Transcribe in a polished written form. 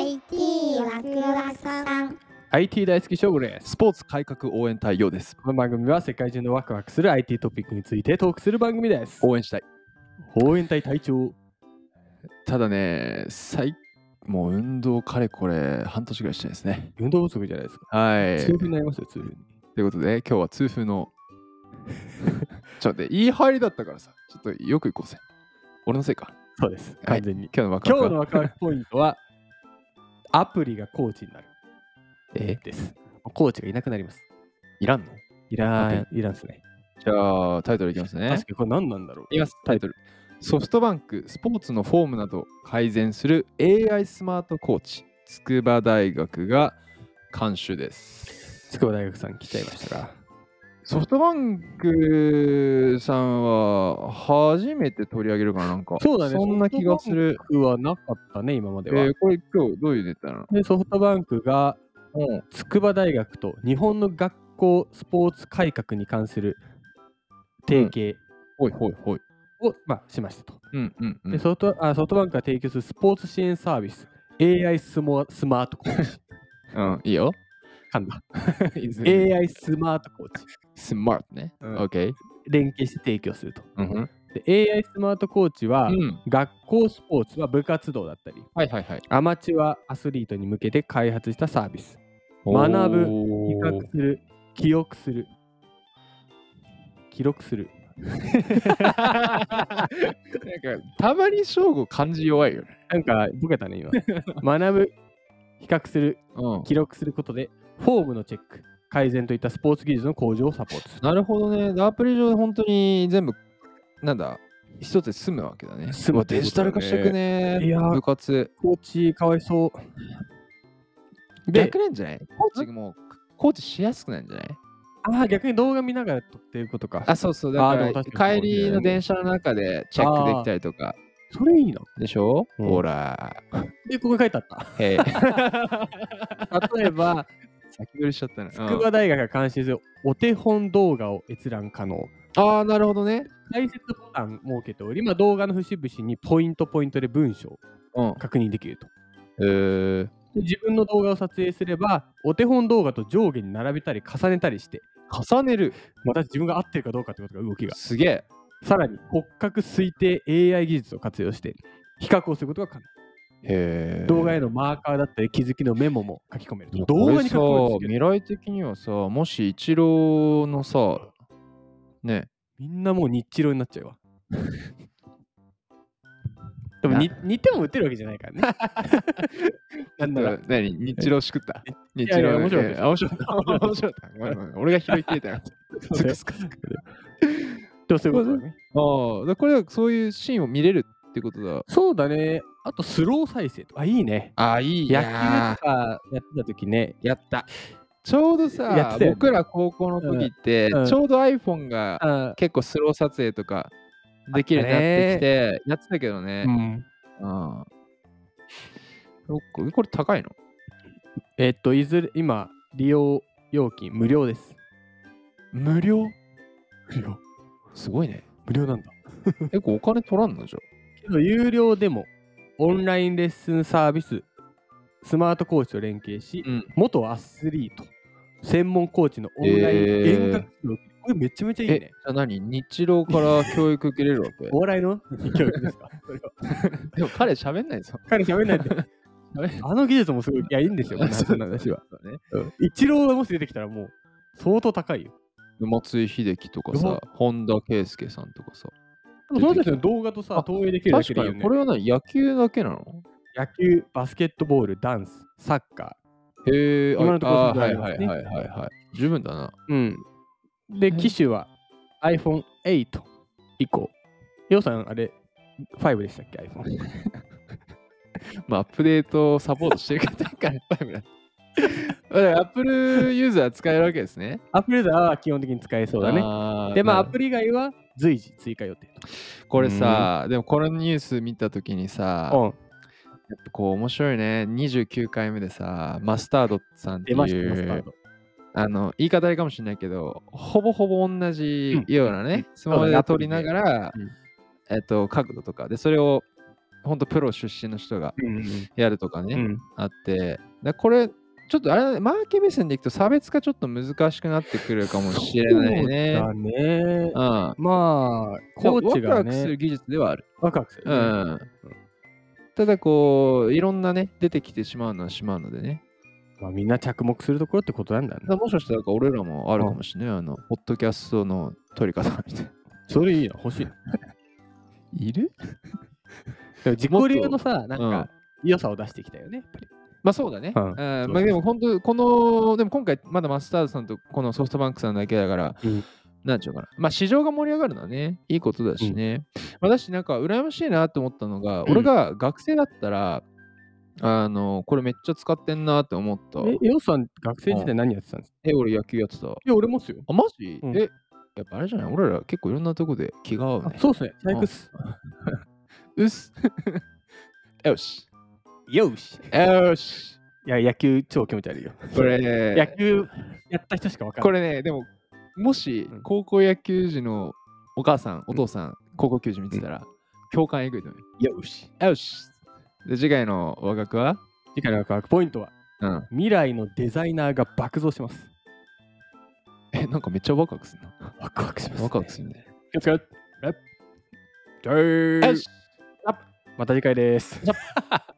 IT ワクワクさん。 IT 大好き勝負です。 スポーツ改革応援隊ようです。 この番組は世界中のワクワクする IT トピックについてトークする番組です。 応援したい。 応援隊隊長。 ただね、もう運動かれこれ半年ぐらいしてないですね。 運動不足じゃないですか。 はい。 痛風になりますよ、痛風に。 ということで、今日は痛風のちょっと待って、いい入りだったからさ、ちょっとよく行こうぜ。俺のせいか。 そうです。完全に。 今日のワクワクは。 今日のワクワクポイントは、アプリがコーチになる。です。コーチがいなくなります。 いらんの？ いらんですね。 じゃあ、タイトルいきますね。 確かにこれ何なんだろう。 いきます、タイトル。ソフトバンクスポーツのフォームなど改善する AI スマートコーチ、筑波大学が監修です。 筑波大学さん来ちゃいましたか。 ソフトバンクさんは初めて取り上げるかな、なんか。 そうだね。 そんな気がする。 ソフトバンクはなかったね、今までは。 これ今日どういうネタなの？ で、ソフトバンクが筑波大学と日本の学校スポーツ改革に関する提携ほいほいほい。 を、しましたと。 でソフトバンクが提供するスポーツ支援サービス AI スマートコーチ。 いいよ。 噛んだ。AI スマートコーチ。 スマートね。OK。 連携して提供すると。で AI スマートコーチは、学校スポーツは部活動だったり、アマチュアアスリートに向けて開発したサービス。学ぶ、比較する、記憶する。記録する。 なんかたまに正吾漢字弱いよね。 なんかボケたね今。学ぶ、比較する、記録することでフォームのチェック、改善といったスポーツ技術の向上をサポートする。 なるほどね。アプリ上で本当に全部なんだ一つで済むわけだね。デジタル化してくね。 いや部活。 コーチかわいそう。 逆なんじゃない？コーチしやすくないんじゃない？ 逆に動画見ながらとっていうことか。 そうそう。だから帰りの電車の中でチェックできたりとか。 それいいな。 でしょ？ほら。 で、ここに書いてあった。例えば、 先取りしちゃったね。 筑波大学が監修するお手本動画を閲覧可能。 なるほどね。 解説ボタン設けており、動画の節々にポイントで文章を確認できると。自分の動画を撮影すれば、お手本動画と上下に並べたり重ねたりして、 重ねる。 また自分が合ってるかどうかってことが動きが。 すげえ。 さらに骨格推定 AI 技術を活用して比較をすることが可能。動画へのマーカーだったり気づきのメモも書き込める。動画に書き込める。 未来的にはさ、もしイチローのさ、ね。 みんなもう日チロになっちゃうわ。でも似ても打てるわけじゃないからね。 なんだろう。日チロしくった。日チロ面白かった。 面白かった。俺が拾いきれたよ。 どうすることだね。 これはそういうシーンを見れるってことだ。 そうだね。あとスロー再生とか。いいね。 いい。 野球とかやってた時ね。 やった。ちょうどさ、僕ら高校の時って、ちょうど iPhone が結構スロー撮影とかできるようになってきて、やってたけどね。これ高いの？ いずれ今、利用料金無料です。 無料？すごいね。 無料なんだ。 これお金取らんのじゃ？ けど有料でもオンラインレッスンサービススマートコーチと連携し、元アスリート専門コーチのオンライン遠隔指導。これめちゃめちゃいいね。 じゃあ何？日露から教育受けれるわけ？ お笑いの教育ですか？ でも彼喋んないぞ。 彼喋んないんで。あの技術もすごい、いや、いいんですよ、この話は。イチローがもし出てきたらもう相当高いよ。 松井秀喜とかさ、本田圭佑さんとかさ。 その人の動画とさ、投影できるだけでいいよね。 これは何？野球だけなの？ 野球、バスケットボール、ダンス、サッカー。 今のところはい。十分だな。 で、機種は iPhone8 以降。ようさん、あれ、5でしたっけ ?iPhone。 アップデートサポートしてるから5だ。アップルユーザー使えるわけですね。 アップルユーザーは基本的に使えそうだね。で、アプリ以外は随時追加予定と。 これさ、でもこのニュース見たときにさ、やっぱこう面白いね。29回目でさ、マスタードさんっていう言い方あれかもしれないけど、ほぼほぼ同じようなね、スマホで撮りながら、角度とかでそれを本当プロ出身の人がやるとかね、あって、これ、ちょっとあれ、マーケ目線でいくと差別化ちょっと難しくなってくるかもしれないね。 そうだね。まあ、コーチがね。ワクワクする技術ではある。 ワクワクする、ね。 ただこう、いろんなね、出てきてしまうのはしまうのでね。 まあ、みんな着目するところってことなんだね。 もしかしたら俺らもあるかもしれない。ポッドキャストの撮り方みたいな。 それいいな、欲しいな。 いる自己流のさ、なんか、良さを出してきたよね、やっぱり。 まあそうだね。まあでも本当、でも今回まだマスタードさんとこのソフトバンクさんだけだから、なんちゅうかな。まあ市場が盛り上がるのはね、いいことだしね。私なんか羨ましいなと思ったのが、俺が学生だったら、これめっちゃ使ってんなって思った。 ヨウさん、学生時代何やってたんですか？ 俺野球やってた。 俺もっすよ。 あ、マジ？やっぱあれじゃない？俺ら結構いろんなとこで気が合うね。 そうっすね。最高っす。 うっす。よし。 よし。 よし。 いや、野球超気持ち悪いよ。 これね。 野球やった人しか分かんない。 これね、でも、もし高校野球時のお母さん、お父さん、高校球児見てたら、共感えぐいと思う。 よし。 よし。で、次回のワクワクは？ 次回のワクワクポイントは、未来のデザイナーが爆増します。 なんかめっちゃワクワクするな。 ワクワクします、 ワクワクするね。 気をつけて。よし。また次回です。